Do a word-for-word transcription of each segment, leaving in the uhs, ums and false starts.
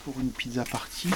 pour une pizza party.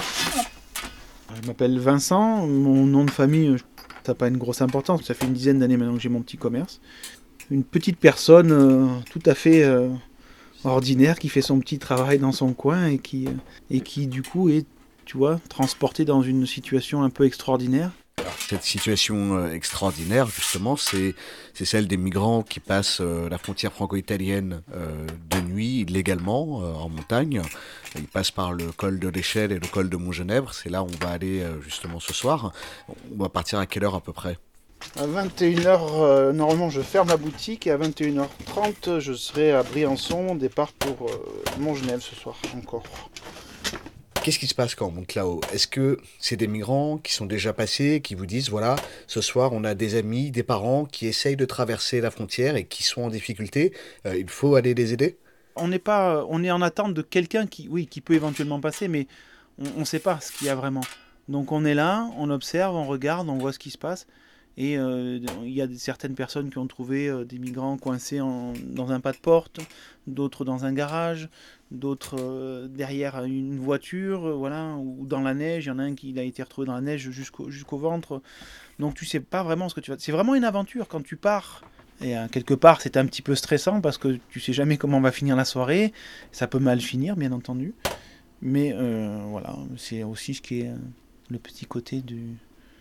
Je m'appelle Vincent, mon nom de famille, ça n'a pas une grosse importance, ça fait une dizaine d'années maintenant que j'ai mon petit commerce. Une petite personne euh, tout à fait euh, ordinaire qui fait son petit travail dans son coin et qui, euh, et qui du coup est, tu vois, transportée dans une situation un peu extraordinaire. Alors, cette situation euh, extraordinaire, justement, c'est, c'est celle des migrants qui passent euh, la frontière franco-italienne euh, de nuit, illégalement, euh, en montagne. Ils passent par le col de l'Échelle et le col de Montgenèvre. C'est là où on va aller euh, justement ce soir. On va partir à quelle heure à peu près? À vingt et une heures, euh, normalement je ferme la boutique et à vingt et une heures trente je serai à Briançon, départ pour euh, Montgenèvre ce soir encore. Qu'est-ce qui se passe quand on monte là-haut? Est-ce que c'est des migrants qui sont déjà passés, qui vous disent, voilà, ce soir on a des amis, des parents qui essayent de traverser la frontière et qui sont en difficulté, euh, il faut aller les aider? On n'est pas, on est en attente de quelqu'un qui, oui, qui peut éventuellement passer, mais on ne sait pas ce qu'il y a vraiment. Donc on est là, on observe, on regarde, on voit ce qui se passe. Et euh, il y a certaines personnes qui ont trouvé euh, des migrants coincés en- dans un pas de porte, d'autres dans un garage, d'autres euh, derrière une voiture, euh, voilà, ou dans la neige. Il y en a un qui il a été retrouvé dans la neige jusqu'au jusqu'au ventre. Donc tu sais pas vraiment ce que tu vas. C'est vraiment une aventure quand tu pars. Et euh, quelque part, c'est un petit peu stressant parce que tu sais jamais comment va finir la soirée. Ça peut mal finir, bien entendu. Mais euh, voilà, c'est aussi ce qui est euh, le petit côté du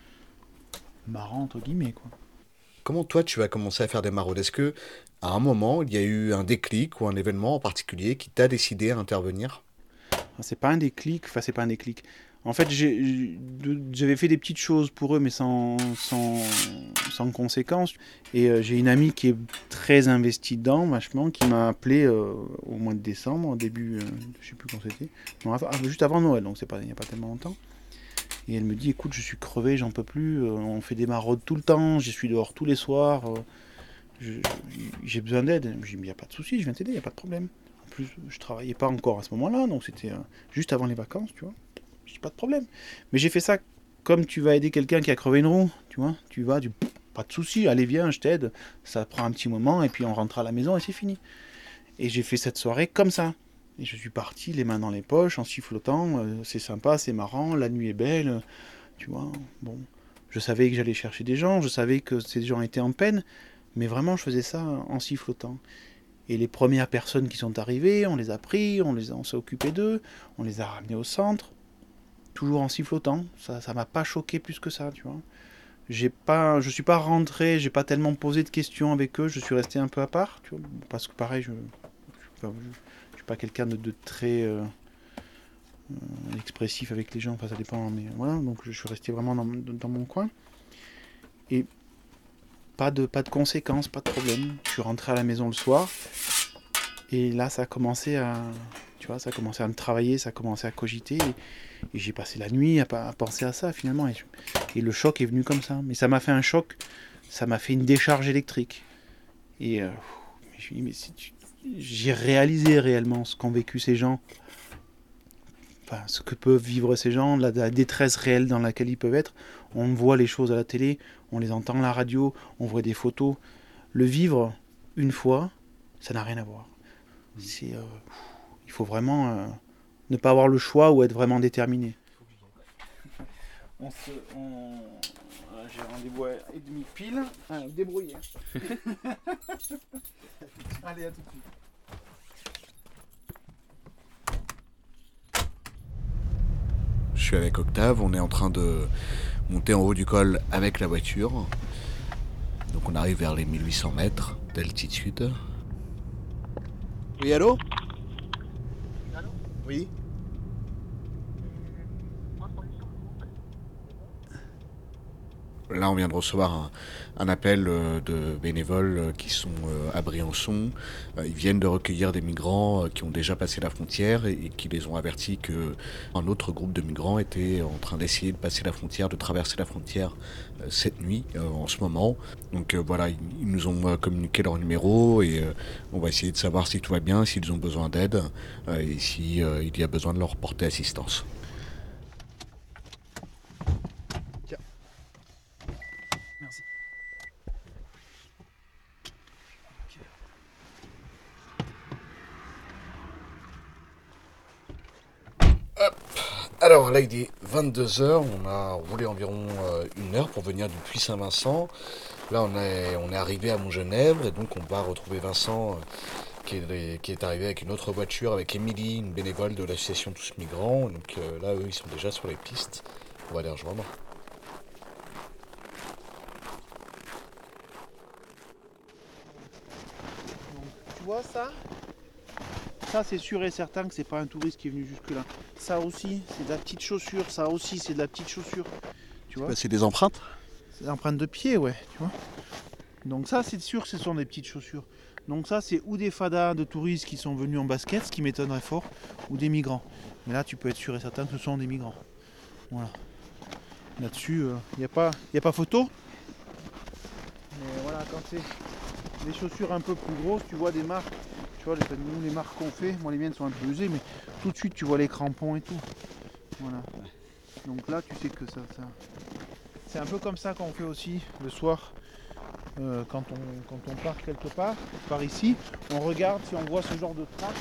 marrant entre guillemets, quoi. Comment toi tu vas commencer à faire des maraudes? Est-ce que à un moment il y a eu un déclic ou un événement en particulier qui t'a décidé à intervenir? Enfin, c'est pas un déclic, enfin c'est pas un déclic. En fait, j'ai- j'avais fait des petites choses pour eux, mais sans, sans, sans conséquence. Et euh, j'ai une amie qui est très investie dedans, vachement, qui m'a appelé euh, au mois de décembre, au début, euh, je sais plus quand c'était, non, av- av- juste avant Noël, donc c'est pas, il n'y a pas tellement longtemps. Et elle me dit, écoute, je suis crevé, j'en peux plus, euh, on fait des maraudes tout le temps, je suis dehors tous les soirs, euh, je- j'ai besoin d'aide. Je lui dis, il n'y a pas de souci, je viens t'aider, il n'y a pas de problème. En plus, je travaillais pas encore à ce moment-là, donc c'était euh, juste avant les vacances, tu vois. Je dis, pas de problème. Mais j'ai fait ça comme tu vas aider quelqu'un qui a crevé une roue, tu vois. Tu vas, du pas de souci, allez viens, je t'aide. Ça prend un petit moment et puis on rentre à la maison et c'est fini. Et j'ai fait cette soirée comme ça. Et je suis parti, les mains dans les poches, en sifflotant. euh, c'est sympa, c'est marrant, la nuit est belle, tu vois. Bon, je savais que j'allais chercher des gens, je savais que ces gens étaient en peine, mais vraiment, je faisais ça en sifflotant. Et les premières personnes qui sont arrivées, on les a pris, on, les a, on s'est occupé d'eux, on les a ramenés au centre, toujours en sifflotant. Ça, ça m'a pas choqué plus que ça, tu vois. J'ai pas, je suis pas rentré, j'ai pas tellement posé de questions avec eux, je suis resté un peu à part, tu vois, parce que pareil, je, je, je, je suis pas quelqu'un de, de très euh, expressif avec les gens, enfin ça dépend, mais voilà, donc je suis resté vraiment dans, dans mon coin. Et pas de, pas de conséquences, pas de problème. Je suis rentré à la maison le soir, et là ça a commencé à, tu vois, ça a commencé à me travailler, ça a commencé à cogiter, et, et j'ai passé la nuit à, à penser à ça finalement, et, et le choc est venu comme ça. Mais ça m'a fait un choc, ça m'a fait une décharge électrique. Et euh, je me dis, mais si tu- j'ai réalisé réellement ce qu'ont vécu ces gens, enfin, ce que peuvent vivre ces gens, la, la détresse réelle dans laquelle ils peuvent être. On voit les choses à la télé, on les entend à la radio, on voit des photos. Le vivre une fois, ça n'a rien à voir. C'est, euh, il faut vraiment euh, ne pas avoir le choix ou être vraiment déterminé. On se, on... J'ai rendez-vous à et demi pile. Ah, débrouillez. Allez, à tout de suite. Je suis avec Octave, on est en train de monter en haut du col avec la voiture. Donc on arrive vers les mille huit cents mètres d'altitude. Oui, allô? Oui. Là, on vient de recevoir un, un appel euh, de bénévoles euh, qui sont euh, à Briançon. Euh, ils viennent de recueillir des migrants euh, qui ont déjà passé la frontière et, et qui les ont avertis qu'un autre groupe de migrants était en train d'essayer de passer la frontière, de traverser la frontière euh, cette nuit, euh, en ce moment. Donc euh, voilà, ils, ils nous ont euh, communiqué leur numéro et euh, on va essayer de savoir si tout va bien, s'ils ont besoin d'aide euh, et s'il euh, y a besoin de leur porter assistance. Merci. Alors là, il est vingt-deux heures, on a roulé environ euh, une heure pour venir du Puy Saint-Vincent. Là, on est, on est arrivé à Montgenèvre et donc on va retrouver Vincent euh, qui, est, qui est arrivé avec une autre voiture, avec Émilie, une bénévole de l'association Tous Migrants. Donc euh, là, eux, ils sont déjà sur les pistes. On va les rejoindre. Tu vois ça? Ça, c'est sûr et certain que c'est pas un touriste qui est venu jusque là. Ça aussi, c'est de la petite chaussure. Ça aussi, c'est de la petite chaussure. Tu vois? Bah, c'est des empreintes. C'est des empreintes de pied, ouais. Tu vois? Donc ça, c'est sûr que ce sont des petites chaussures. Donc ça, c'est ou des fadas de touristes qui sont venus en basket, ce qui m'étonnerait fort, ou des migrants. Mais là, tu peux être sûr et certain que ce sont des migrants. Voilà. Là-dessus, il euh, n'y a, a pas photo. Mais voilà, quand c'est des chaussures un peu plus grosses, tu vois des marques. Tu vois, les, nous, les marques qu'on fait, moi les miennes sont un peu usées, mais tout de suite, tu vois les crampons et tout. Voilà. Donc là, tu sais que ça... ça... C'est un peu comme ça qu'on fait aussi le soir. Euh, quand, on, quand on part quelque part, par ici, on regarde si on voit ce genre de traces.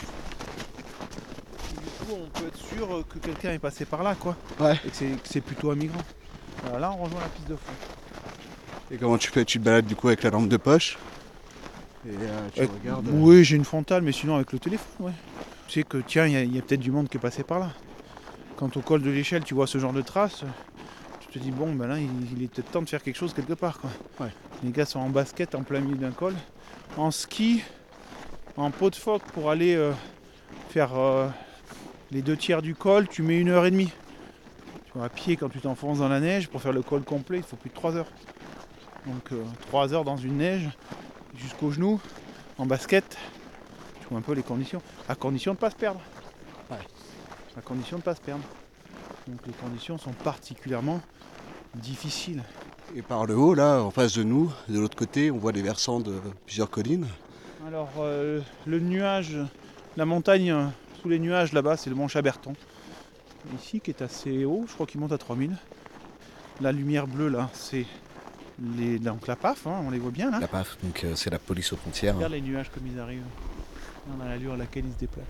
Et du coup, on peut être sûr que quelqu'un est passé par là, quoi. Ouais. Et que c'est, que c'est plutôt un migrant. Voilà, là, on rejoint la piste de fond. Et comment tu fais? Tu te balades du coup avec la lampe de poche et euh, tu avec, regardes. Euh... Oui, j'ai une frontale, mais sinon avec le téléphone, ouais. Tu sais que tiens, il y, y a peut-être du monde qui est passé par là. Quand au col de l'échelle, tu vois ce genre de traces. Tu te dis bon ben là il, il est peut-être temps de faire quelque chose quelque part quoi. Ouais. Les gars sont en basket en plein milieu d'un col, en ski, en pot de phoque pour aller euh, faire euh, les deux tiers du col, tu mets une heure et demie. Tu vois, à pied quand tu t'enfonces dans la neige, pour faire le col complet, il faut plus de trois heures. Donc euh, trois heures dans une neige, jusqu'aux genoux, en basket, tu vois un peu les conditions. À condition de ne pas se perdre. Ouais. À condition de ne pas se perdre. Donc les conditions sont particulièrement difficiles. Et par le haut, là, en face de nous, de l'autre côté, on voit des versants de plusieurs collines. Alors euh, le nuage, la montagne euh, sous les nuages là-bas, c'est le mont Chaberton. Ici qui est assez haut, je crois qu'il monte à trois mille. La lumière bleue là, c'est les, donc la P A F, hein, on les voit bien là. La P A F, donc euh, c'est la police aux frontières. Regarde hein. Les nuages comme ils arrivent. On a l'allure à laquelle ils se déplacent.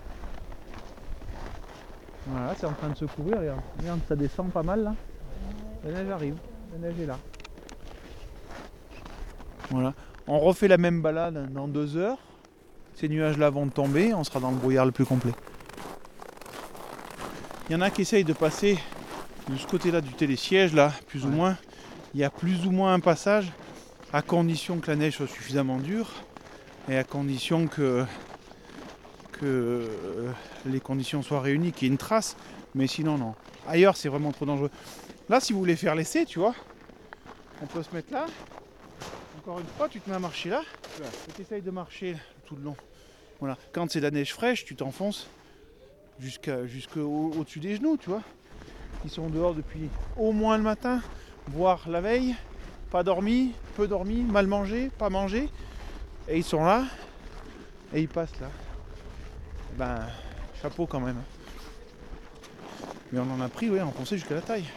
Voilà, c'est en train de se couvrir, regarde. Regarde, ça descend pas mal là. La neige arrive, la neige est là. Voilà. On refait la même balade dans deux heures. Ces nuages-là vont tomber, on sera dans le brouillard le plus complet. Il y en a qui essayent de passer de ce côté-là du télésiège, là, plus ouais. ou moins. Il y a plus ou moins un passage, à condition que la neige soit suffisamment dure et à condition que, que euh, les conditions soient réunies, qu'il y ait une trace. Mais sinon, non. Ailleurs, c'est vraiment trop dangereux. Là, si vous voulez faire l'essai, tu vois, on peut se mettre là. Encore une fois, tu te mets à marcher là. Et tu essayes de marcher tout le long. Voilà. Quand c'est de la neige fraîche, tu t'enfonces jusqu'à, jusqu'au, au-dessus des genoux, tu vois. Ils sont dehors depuis au moins le matin, voire la veille, pas dormi, peu dormi, mal mangé, pas mangé. Et ils sont là, et ils passent là. Ben, chapeau quand même. Mais on en a pris, ouais, enfoncé jusqu'à la taille.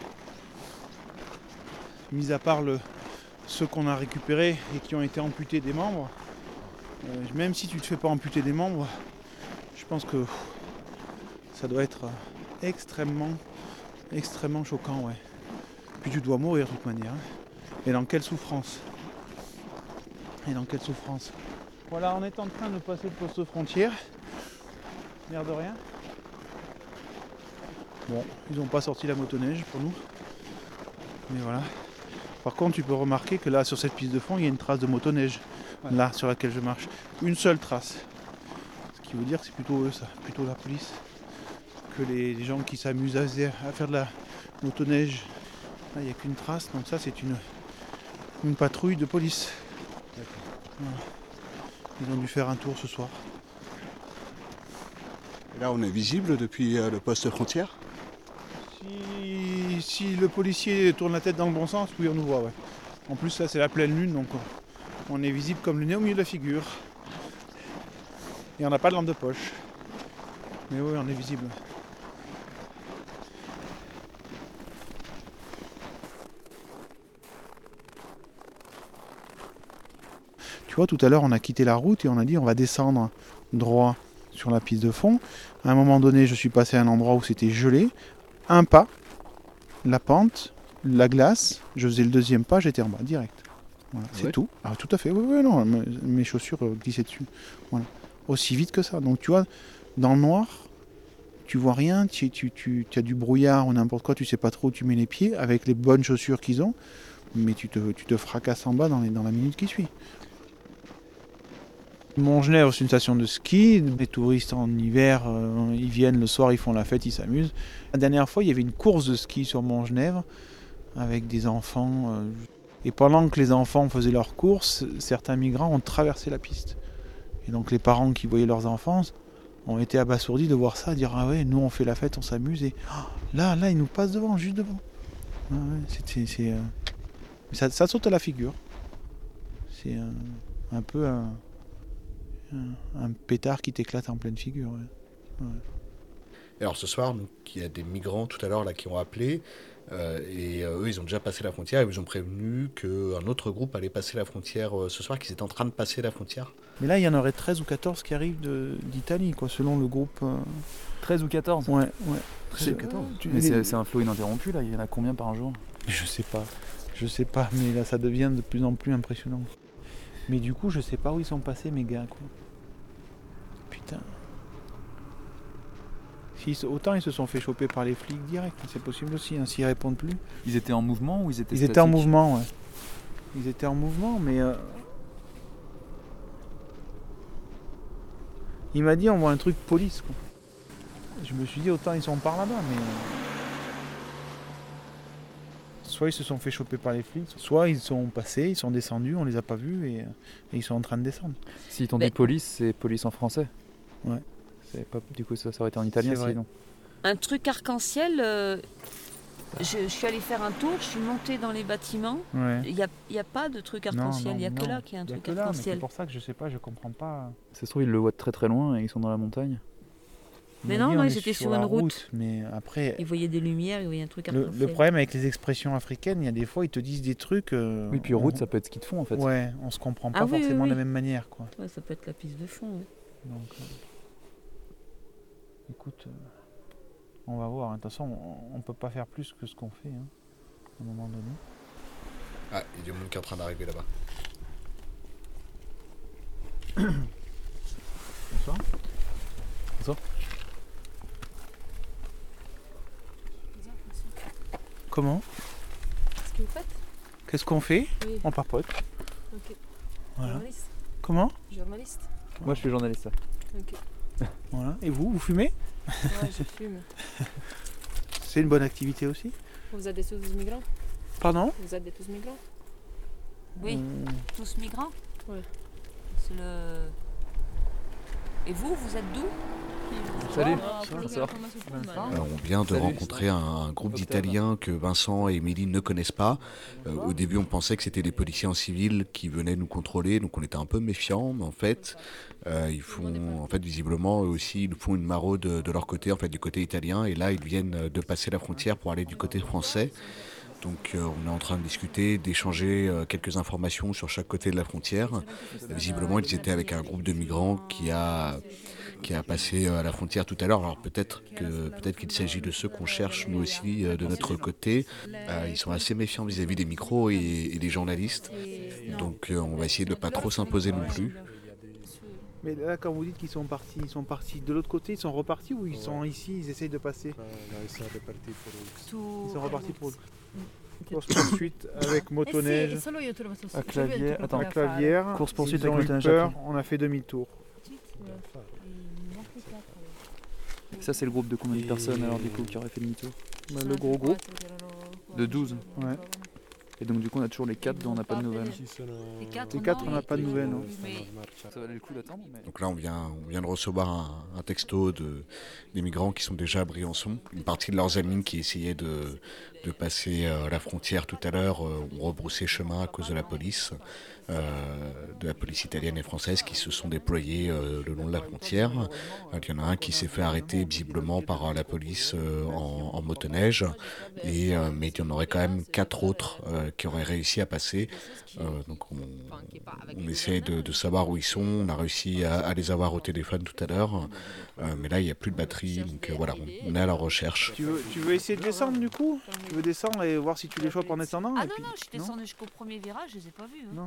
Mis à part le, ceux qu'on a récupérés et qui ont été amputés des membres, euh, même si tu ne te fais pas amputer des membres, je pense que pff, ça doit être extrêmement, extrêmement choquant, ouais. Puis tu dois mourir de toute manière. Hein. Et dans quelle souffrance. Et dans quelle souffrance. Voilà, on est en train de passer le poste frontière. Merde de rien. Bon, ils n'ont pas sorti la motoneige pour nous. Mais voilà. Par contre, tu peux remarquer que là, sur cette piste de fond, il y a une trace de motoneige. Ouais. Là, sur laquelle je marche. Une seule trace. Ce qui veut dire que c'est plutôt eux, ça. Plutôt la police. Que les, les gens qui s'amusent à, à faire de la motoneige. Là, il n'y a qu'une trace. Donc ça, c'est une, une patrouille de police. Voilà. Ils ont dû faire un tour ce soir. Et là, on est visible depuis euh, le poste frontière. Si, si le policier tourne la tête dans le bon sens, oui, on nous voit. Ouais. En plus, là, c'est la pleine lune, donc on est visible comme le nez au milieu de la figure. Et on n'a pas de lampe de poche. Mais oui, on est visible. Tu vois, tout à l'heure, on a quitté la route et on a dit on va descendre droit sur la piste de fond. À un moment donné, je suis passé à un endroit où c'était gelé. un pas, la pente, la glace, je faisais le deuxième pas, j'étais en bas, direct. Voilà, c'est Ouais. tout. Ah, tout à fait, oui, oui, non, me- mes chaussures euh, glissaient dessus. Voilà. Aussi vite que ça. Donc tu vois, dans le noir, tu vois rien, tu, tu, tu, tu as du brouillard ou n'importe quoi, tu sais pas trop où tu mets les pieds, avec les bonnes chaussures qu'ils ont, mais tu te, tu te fracasses en bas dans, les, dans la minute qui suit. Montgenèvre, c'est une station de ski. Les touristes en hiver, euh, ils viennent le soir, ils font la fête, ils s'amusent. La dernière fois, il y avait une course de ski sur Montgenèvre avec des enfants. euh, et pendant que les enfants faisaient leurs courses, certains migrants ont traversé la piste. Et donc les parents qui voyaient leurs enfants ont été abasourdis de voir ça, dire ah ouais, nous on fait la fête, on s'amuse et oh, là, là, ils nous passent devant, juste devant. Ah ouais, c'est, c'est, euh, ça, ça saute à la figure. C'est euh, un peu un, un, un pétard qui t'éclate en pleine figure. Ouais. Ouais. Et alors ce soir, donc, il y a des migrants tout à l'heure là qui ont appelé euh, et euh, eux ils ont déjà passé la frontière et ils ont prévenu qu'un autre groupe allait passer la frontière euh, ce soir, qu'ils étaient en train de passer la frontière. Mais là, il y en aurait treize ou quatorze qui arrivent de, d'Italie, quoi, selon le groupe. euh, treize ou quatorze. Ouais, ouais. treize ou quatorze. tu- Mais les- c'est, c'est un flot ininterrompu là, il y en a combien par jour? Je sais pas. Je sais pas, mais là, ça devient de plus en plus impressionnant. Mais du coup, je sais pas où ils sont passés, mes gars, quoi. Putain. S'ils se- autant ils se sont fait choper par les flics direct, c'est possible aussi, hein, s'ils répondent plus. Ils étaient en mouvement ou ils étaient Ils étaient en statiques? mouvement, ouais. Ils étaient en mouvement, mais... euh, Il m'a dit, on voit un truc police, quoi. Je me suis dit, autant ils sont par là-bas, mais... Soit ils se sont fait choper par les flics, soit ils sont passés, ils sont descendus, on les a pas vus, et, et ils sont en train de descendre. S'ils t'ont Mais- dit police, c'est police en français. Ouais. C'est pas... Du coup, ça, ça aurait été en italien C'est vrai. sinon. Un truc arc-en-ciel, euh, je, je suis allée faire un tour, je suis montée dans les bâtiments. Ouais. Il n'y a, il y a pas de truc arc-en-ciel, il n'y a que là qu'il y a un truc arc-en-ciel. C'est pour ça que je sais pas, je comprends pas. Ça se trouve, ils le voient de très très loin et ils sont dans la montagne. Il Mais m'a non, dit, non, on ils est étaient sur la une route. Mais après, Ils voyaient des lumières, ils voyaient un truc le, arc-en-ciel. le problème avec les expressions africaines, il y a des fois, ils te disent des trucs. euh, Oui, puis on- route, ça peut être ski de fond en fait. Ouais, on se comprend pas Ah oui, oui, forcément de la oui. même manière, quoi. Ouais, ça peut être la piste de fond. ouais. Donc, euh, écoute, euh, on va voir. De toute façon, on, on peut pas faire plus que ce qu'on fait, hein, à un moment donné. Ah, il y a du monde qui est en train d'arriver là-bas. Bonsoir. Bonsoir. Comment? Qu'est-ce que vous faites? Qu'est-ce qu'on fait? Oui. On papote. Ok. Voilà. Journaliste. Comment? Journaliste. Moi, je suis journaliste. Ok. Voilà. Et vous, vous fumez? Ouais, je fume. C'est une bonne activité aussi. Vous êtes des tous migrants? Pardon? Vous êtes des tous migrants? Oui, Euh, tous migrants. Ouais. C'est le... Et vous, vous êtes d'où? Salut. Ah, Ça plus va. d'informations pour vous, madame. Alors, on vient de Salut. rencontrer un, un groupe d'Italiens que Vincent et Émilie ne connaissent pas. Euh, au début, on pensait que c'était des policiers en civil qui venaient nous contrôler, donc on était un peu méfiants. Mais en fait, euh, ils font, en fait, visiblement, eux aussi, ils nous font une maraude de, de leur côté, en fait, du côté italien. Et là, ils viennent de passer la frontière pour aller du côté français. Donc, euh, on est en train de discuter, d'échanger euh, quelques informations sur chaque côté de la frontière. Euh, visiblement, ils étaient avec un groupe de migrants qui a qui a passé euh, la frontière tout à l'heure. Alors peut-être que peut-être qu'il s'agit de ceux qu'on cherche nous aussi euh, de notre côté. Euh, ils sont assez méfiants vis-à-vis des micros et, et des journalistes. Donc euh, on va essayer de ne pas trop s'imposer non plus. Mais là, quand vous dites qu'ils sont partis, ils sont partis de l'autre côté, ils sont repartis ou ils sont ici, ils essayent de passer? Tout... Ils sont repartis pour course poursuite avec motoneige, solo io te lo faccio À clavier, attends. à clavière. Course poursuite Ils ont avec eu motoneige peur, à on a fait demi-tour. Ça, c'est le groupe de combien de personnes alors du coup qui aurait fait demi-tour? Bah, le gros groupe. De douze. Ouais. Et donc du coup, on a toujours les quatre dont on n'a pas de nouvelles. Les quatre, Les quatre, non, on n'a et- pas de nouvelles, non. Mais Ça valait le coup d'attendre mais... Donc là, on vient, on vient de recevoir un, un texto de, des migrants qui sont déjà à Briançon. Une partie de leurs amis qui essayaient de, de passer euh, la frontière tout à l'heure euh, ont rebroussé chemin à cause de la police, euh, de la police italienne et française qui se sont déployés euh, le long de la frontière. Euh, Il y en a un qui s'est fait arrêter visiblement par euh, la police euh, en, en motoneige, et, euh, mais il y en aurait quand même quatre autres euh, euh, qui auraient réussi à passer. Euh, donc on, on essaie de, de savoir où ils sont. On a réussi à, à les avoir au téléphone tout à l'heure. Euh, mais là, il n'y a plus de batterie. Donc euh, voilà, on, on est à la recherche. Tu veux, tu veux essayer de descendre du coup? Tu veux descendre et voir si tu les chopes en descendant? Ah et non, puis- non, je suis descendue jusqu'au premier virage, je les ai pas vus. Hein. Non.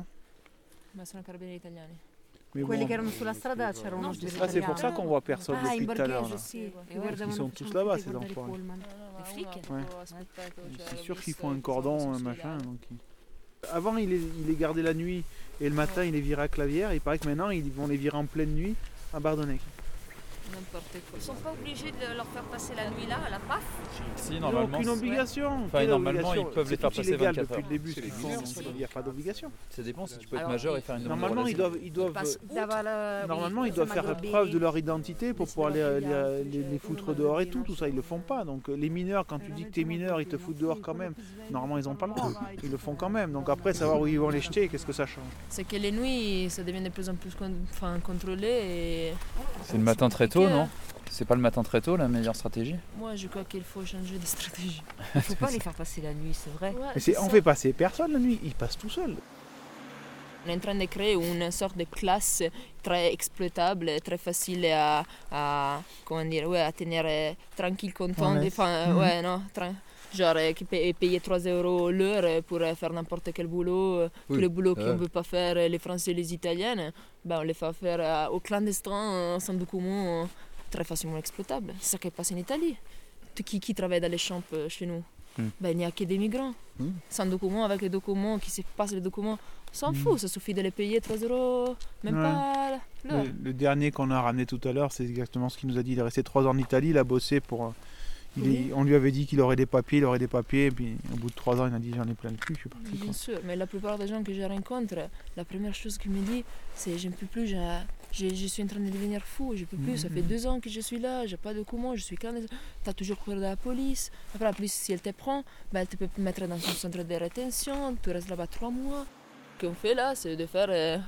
Ma sono carabinieri italiani. Mais Quelli bon. che erano sulla strada c'erano No, uno je- Ah, c'est pour ça qu'on voit personne Ah, in depuis tout à l'heure. borghese, là. sì, Ouais. che Ouais. guardavano Ils sont tutti tous là-bas, guardare ces i enfoirés. pullman. No, no, flic? uno Ouais. ho aspettato, cioè, C'est l'ho sûr qu'ils visto font un che cordon, stavano un sul machin. spiegare. Donc... ils- Avant, il est, il est gardé la nuit et le matin, il est viré à Clavière. Il paraît que maintenant, ils vont les virer en pleine nuit à Bardonnec. N'importe Ils quoi. sont pas obligés de leur faire passer la nuit là, à la P A F? Si, Ils n'ont normalement, aucune c'est- obligation. Enfin, Quelle normalement, obligation ils peuvent les C'est faire tout passer illégal vingt-quatre depuis le début, ce C'est qu'ils les font, mineurs, donc ça. il n'y a pas d'obligation. ça dépend si tu peux être Alors, majeur et faire une demande de Normalement, ils relation. doivent, ils doivent, Passe où? Dava la- normalement, oui, ils doivent insomma, faire dei preuve de beni. leur identité pour Mais pouvoir c'est les, leur les, figlia, les- les cioè, foutre uno dehors et bambino, tout. Tout ça, ils le font pas. Donc euh, les mineurs, quand tu dis que tu es mineur, ils te foutent dehors quand même. Normalement, ils n'ont pas le droit. Ils le font quand même. Donc après, savoir où ils vont les jeter, qu'est-ce que ça change? C'est que les nuits, ça devient de plus en plus con- enfin, contrôlé et C'est le matin très tôt, compliqué, non? C'est pas le matin très tôt la meilleure stratégie? moi je crois qu'il faut changer de stratégie. Il faut pas les faire passer la nuit, c'est vrai. Mais c'est, on fait passer personne la nuit. Ils passent tout seuls. On est en train de créer une sorte de classe très exploitable, très facile à, à, comment dire, ouais, à tenir euh, tranquille, content. Ouais. de- enfin, Mhm. ouais, non, tra- genre euh, qui paye- payer trois euros l'heure pour euh, faire n'importe quel boulot. euh, Tous Oui, les boulots ouais. qu'on ne veut pas faire, euh, les Français et les Italiens, ben, on les fait faire euh, aux clandestins, euh, sans document, euh, très facilement exploitable. C'est ça qui passe en Italie. Tout Qui, qui travaille dans les champs euh, chez nous? Mm. Ben, il n'y a que des migrants. Mm. Sans documents, avec les documents, qui se passent les documents, on s'en Mm. fout, ça suffit de les payer trois euros, même Ouais. pas l'heure. Le, le dernier qu'on a ramené tout à l'heure, c'est exactement ce qu'il nous a dit. Il est resté trois ans en Italie, il a bossé pour. euh, il est- Oui. on lui avait dit qu'il aurait des papiers, il aurait des papiers, et puis au bout de trois ans, il a dit j'en ai plein le cul, je suis parti. Bien quoi. sûr, mais la plupart des gens que je rencontre, la première chose qu'ils me disent, c'est je ne peux plus, je, je, je suis en train de devenir fou, je peux plus, ça fait Mhm. deux ans que je suis là, j'ai pas de documents, je suis clandestin, tu as toujours peur de la police. Après la police, si elle te prend, ben, elle te peut mettre dans un centre de rétention, tu restes là-bas trois mois. Ce qu'on fait là, c'est de faire euh,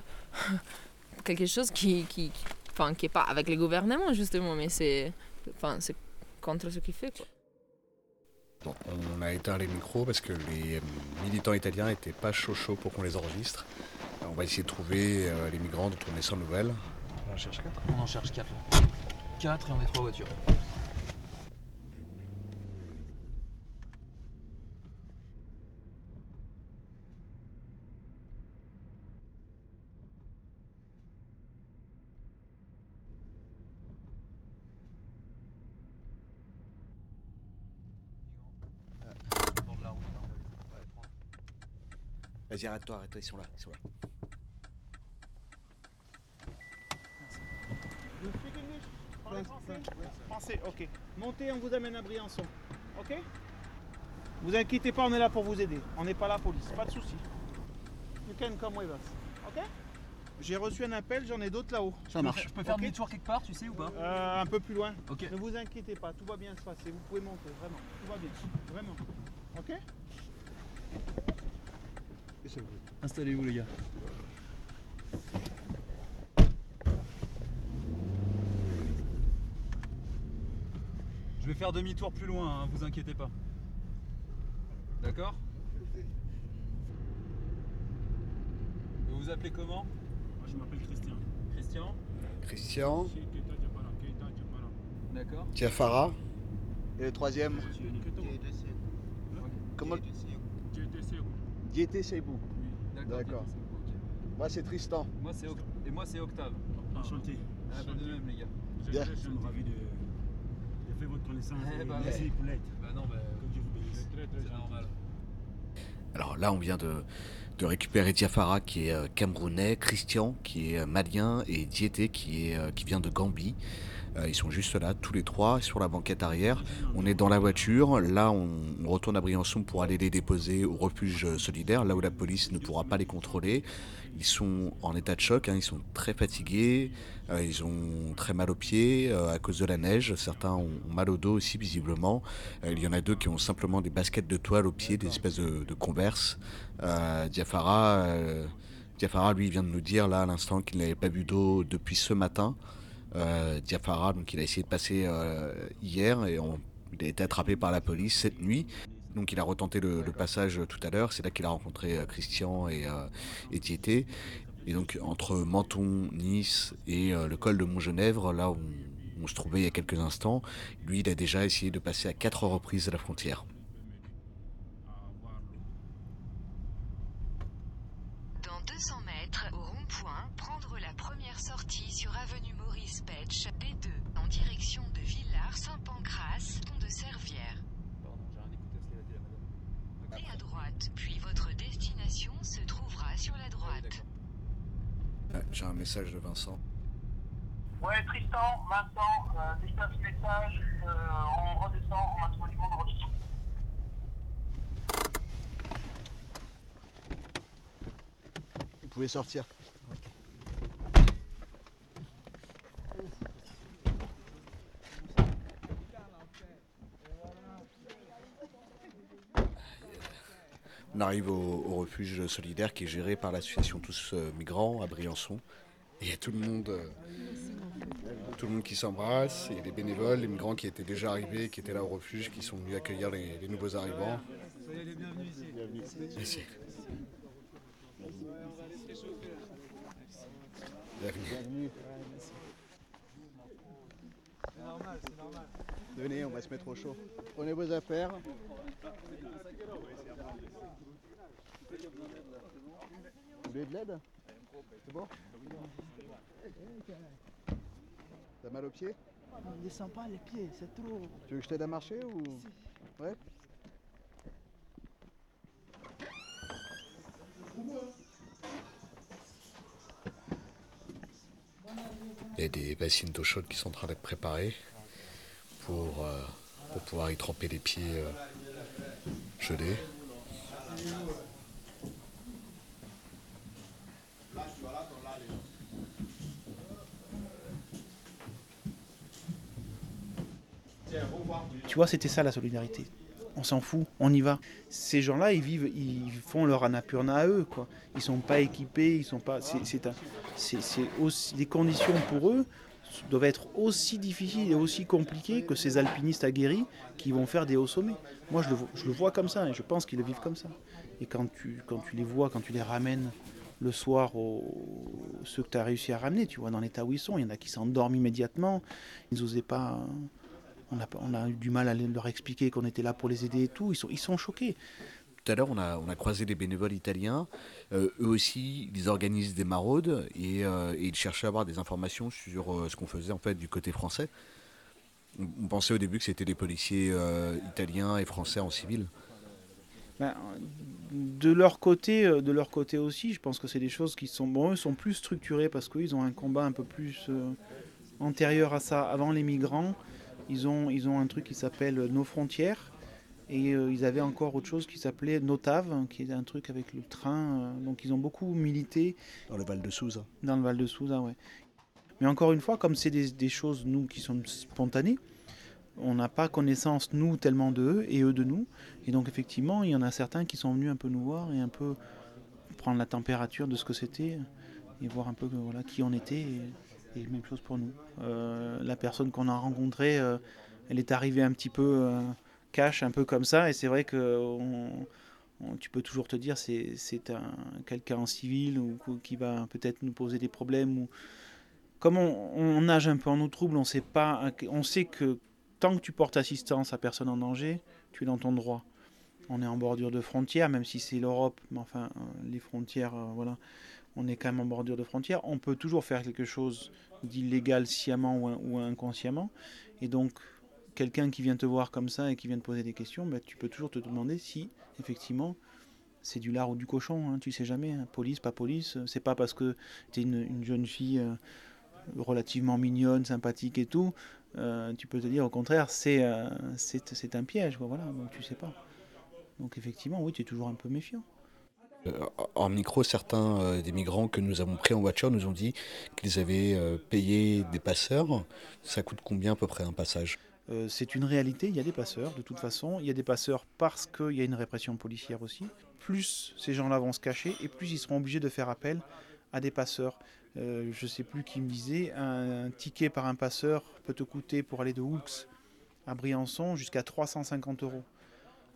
quelque chose qui, qui, qui, enfin, qui est pas avec le gouvernement justement, mais c'est, enfin, c'est contre ce qu'il fait, quoi. Bon, on a éteint les micros parce que les euh, militants italiens n'étaient pas chaud chaud pour qu'on les enregistre. On va essayer de trouver euh, les migrants dont on est sans nouvelles. On en cherche quatre On en cherche quatre. quatre et on est trois voitures. Vas-y, arrête-toi, arrête-toi, ils sont là, ils sont là. Français, ok. Montez, on vous amène à Briançon. Ok? Vous inquiétez pas, on est là pour vous aider. On n'est pas la police, pas de soucis. You can come with us. Ok? J'ai reçu un appel, j'en ai d'autres là-haut. Ça marche. Je peux faire Ok. demi-tour quelque part, tu sais ou pas? Euh, un peu plus loin. Ok. Ne vous inquiétez pas, tout va bien se passer. Vous pouvez monter, vraiment. Tout va bien. Vraiment. Ok? Installez-vous les gars. Je vais faire demi-tour plus loin, hein, vous inquiétez pas. D'accord? Vous vous appelez comment? Moi je m'appelle Christian. Christian? Christian, C'est Keita Diabara, Keita Diabara. D'accord. Diafara. Et le troisième, comment J'ai été sûr. Diété Seibou. D'accord. D'accord. ok. Moi, c'est Tristan. Moi c'est Oc- et moi c'est Octave. Enchanté. Ah bah de même les gars. Vous Bien. êtes très gentil. ravi de, de faire votre connaissance. Eh et bah, merci ouais. pour l'aide. Bah non bah Que Dieu vous bénisse. très très c'est normal. Alors là, on vient de, de récupérer Diafara qui est euh, camerounais, Christian qui est euh, malien et Diété qui, est, euh, qui vient de Gambie. Euh, ils sont juste là, tous les trois, sur la banquette arrière. On est dans la voiture. Là, on, on retourne à Briançon pour aller les déposer au refuge solidaire, là où la police ne pourra pas les contrôler. Ils sont en état de choc, hein, ils sont très fatigués, euh, ils ont très mal aux pieds euh, à cause de la neige. Certains ont, ont mal au dos aussi, visiblement. Euh, il y en a deux qui ont simplement des baskets de toile aux pieds, des espèces de, de Converse. Euh, Diafara, euh, Diafara, lui, vient de nous dire là à l'instant qu'il n'avait pas bu d'eau depuis ce matin. Euh, Diafara, donc il a essayé de passer euh, hier et on, il a été attrapé par la police cette nuit. Donc il a retenté le, le passage tout à l'heure, c'est là qu'il a rencontré euh, Christian et, euh, et Tieté. Et donc entre Menton, Nice et euh, le col de Montgenèvre, là où on, on se trouvait il y a quelques instants, lui il a déjà essayé de passer à quatre reprises à la frontière. Dans deux cents mètres, au rond-point, prendre la première sortie sur avenue Maurice Petch, B deux, en direction de Villars-Saint-Pancrace, pont de Servières. Et à droite, puis votre destination se trouvera sur la droite. Ah, j'ai un message de Vincent. Ouais, Tristan, Vincent, euh, distance message, euh, on redescend, on a trouvé du monde, on redescend. Vous pouvez sortir. On arrive au, au refuge solidaire qui est géré par l'association Tous euh, Migrants à Briançon. Et il y a tout le monde, euh, tout le monde qui s'embrasse, et les bénévoles, les migrants qui étaient déjà arrivés, qui étaient là au refuge, qui sont venus accueillir les, les nouveaux arrivants. Soyez les bienvenus ici. Merci. Bienvenue. C'est normal, c'est normal. Venez, on va se mettre au chaud. Prenez vos affaires. Vous voulez de l'aide? C'est bon? T'as mal aux pieds? Ne descends pas les pieds, c'est trop. Tu veux que je t'aide à marcher ou... Ouais. Il y a des bassines d'eau chaude qui sont en train d'être préparées pour, euh, pour pouvoir y tremper les pieds euh, gelés. Tu vois, c'était ça la solidarité. On s'en fout, on y va. Ces gens-là, ils vivent, ils font leur annapurna à eux, quoi. Ils sont pas équipés, ils sont pas. C'est, c'est un, c'est, c'est aussi les conditions pour eux doivent être aussi difficiles et aussi compliquées que ces alpinistes aguerris qui vont faire des hauts sommets. Moi, je le, je le vois comme ça et je pense qu'ils le vivent comme ça. Et quand tu, quand tu les vois, quand tu les ramènes le soir, au, ceux que tu as réussi à ramener, tu vois, dans l'état où ils sont, il y en a qui s'endorment immédiatement, ils n'osaient pas. On a, on a eu du mal à leur expliquer qu'on était là pour les aider et tout. Ils sont, ils sont choqués. Tout à l'heure, on a, on a croisé des bénévoles italiens. Euh, eux aussi, ils organisent des maraudes et, euh, et ils cherchaient à avoir des informations sur euh, ce qu'on faisait en fait du côté français. On, on pensait au début que c'était des policiers euh, italiens et français en civil. Ben, de leur côté, de leur côté aussi, je pense que c'est des choses qui sont, bon, eux sont plus structurés parce qu'ils ont un combat un peu plus euh, antérieur à ça. Avant les migrants, ils ont, ils ont un truc qui s'appelle Nos Frontières. Et euh, ils avaient encore autre chose qui s'appelait Notave, qui est un truc avec le train. Euh, donc ils ont beaucoup milité. Dans le Val de Souza. Dans le Val de Souza, ouais. Mais encore une fois, comme c'est des, des choses, nous, qui sont spontanées, on n'a pas connaissance, nous, tellement d'eux, et eux de nous. Et donc effectivement, il y en a certains qui sont venus un peu nous voir et un peu prendre la température de ce que c'était, et voir un peu voilà, qui on était. Et, et même chose pour nous. Euh, la personne qu'on a rencontrée, euh, elle est arrivée un petit peu... Euh, cache un peu comme ça, et c'est vrai que on, on, tu peux toujours te dire c'est c'est un quelqu'un en civil ou qui va peut-être nous poser des problèmes, ou comme on, on nage un peu en eau trouble, on sait pas, on sait que tant que tu portes assistance à personne en danger, tu es dans ton droit. On est en bordure de frontière, même si c'est l'Europe, mais enfin les frontières, euh, voilà, on est quand même en bordure de frontière. On peut toujours faire quelque chose d'illégal sciemment ou, ou inconsciemment, et donc quelqu'un qui vient te voir comme ça et qui vient te poser des questions, bah, tu peux toujours te demander si, effectivement, c'est du lard ou du cochon, hein, tu sais jamais, hein, police, pas police, c'est pas parce que tu es une, une jeune fille euh, relativement mignonne, sympathique et tout, euh, tu peux te dire au contraire, c'est, euh, c'est, c'est un piège, quoi, voilà, donc tu sais pas. Donc effectivement, oui, tu es toujours un peu méfiant. Euh, en micro, certains euh, des migrants que nous avons pris en voiture nous ont dit qu'ils avaient euh, payé des passeurs. Ça coûte combien à peu près un passage ? Euh, c'est une réalité, il y a des passeurs, de toute façon. Il y a des passeurs parce qu'il y a une répression policière aussi. Plus ces gens-là vont se cacher, et plus ils seront obligés de faire appel à des passeurs. Euh, je ne sais plus qui me disait, un, un ticket par un passeur peut te coûter, pour aller de Houlx à Briançon, jusqu'à trois cent cinquante euros.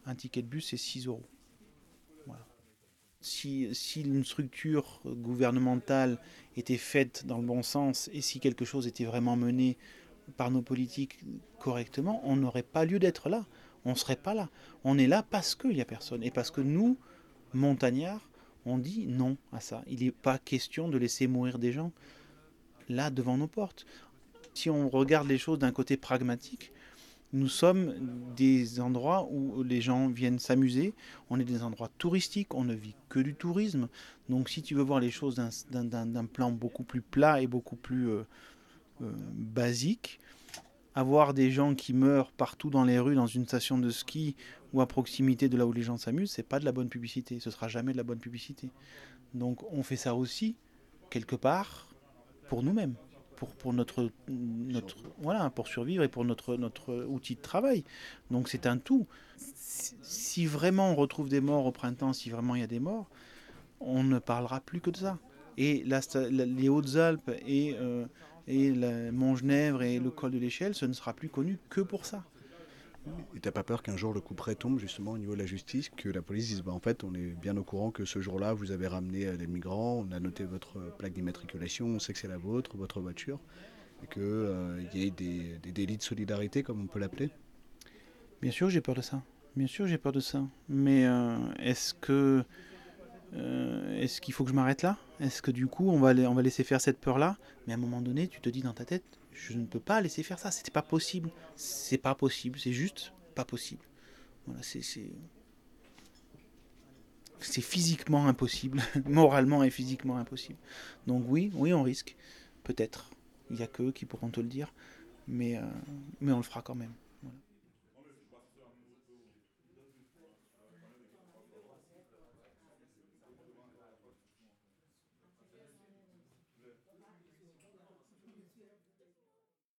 Un ticket de bus, c'est six euros. Voilà. Si, si une structure gouvernementale était faite dans le bon sens et si quelque chose était vraiment mené par nos politiques correctement, on n'aurait pas lieu d'être là. On ne serait pas là. On est là parce qu'il n'y a personne. Et parce que nous, montagnards, on dit non à ça. Il n'est pas question de laisser mourir des gens là devant nos portes. Si on regarde les choses d'un côté pragmatique, nous sommes des endroits où les gens viennent s'amuser. On est des endroits touristiques, on ne vit que du tourisme. Donc si tu veux voir les choses d'un, d'un, d'un plan beaucoup plus plat et beaucoup plus euh, euh, basique, avoir des gens qui meurent partout dans les rues, dans une station de ski ou à proximité de là où les gens s'amusent, c'est pas de la bonne publicité. Ce sera jamais de la bonne publicité. Donc on fait ça aussi, quelque part, pour nous-mêmes. Pour, pour notre, notre voilà, pour survivre et pour notre, notre outil de travail. Donc c'est un tout. Si, si vraiment on retrouve des morts au printemps, si vraiment il y a des morts, on ne parlera plus que de ça. Et la, la, les Hautes-Alpes et, euh, et la Montgenèvre et le col de l'Échelle, ce ne sera plus connu que pour ça. Et t'as pas peur qu'un jour le coup près tombe justement au niveau de la justice, que la police dise bah en fait on est bien au courant que ce jour-là vous avez ramené des migrants, on a noté votre plaque d'immatriculation, on sait que c'est la vôtre, votre voiture, et qu'il euh, y ait des, des délits de solidarité comme on peut l'appeler? Bien sûr j'ai peur de ça, bien sûr j'ai peur de ça, mais euh, est-ce que euh, est-ce qu'il faut que je m'arrête là? Est-ce que du coup on va, on va laisser faire cette peur-là? Mais à un moment donné tu te dis dans ta tête, je ne peux pas laisser faire ça, c'est pas possible, c'est pas possible, c'est juste pas possible. Voilà, c'est, c'est... c'est physiquement impossible, moralement et physiquement impossible. Donc oui, oui on risque, peut-être, il n'y a qu'eux qui pourront te le dire, mais, euh, mais on le fera quand même.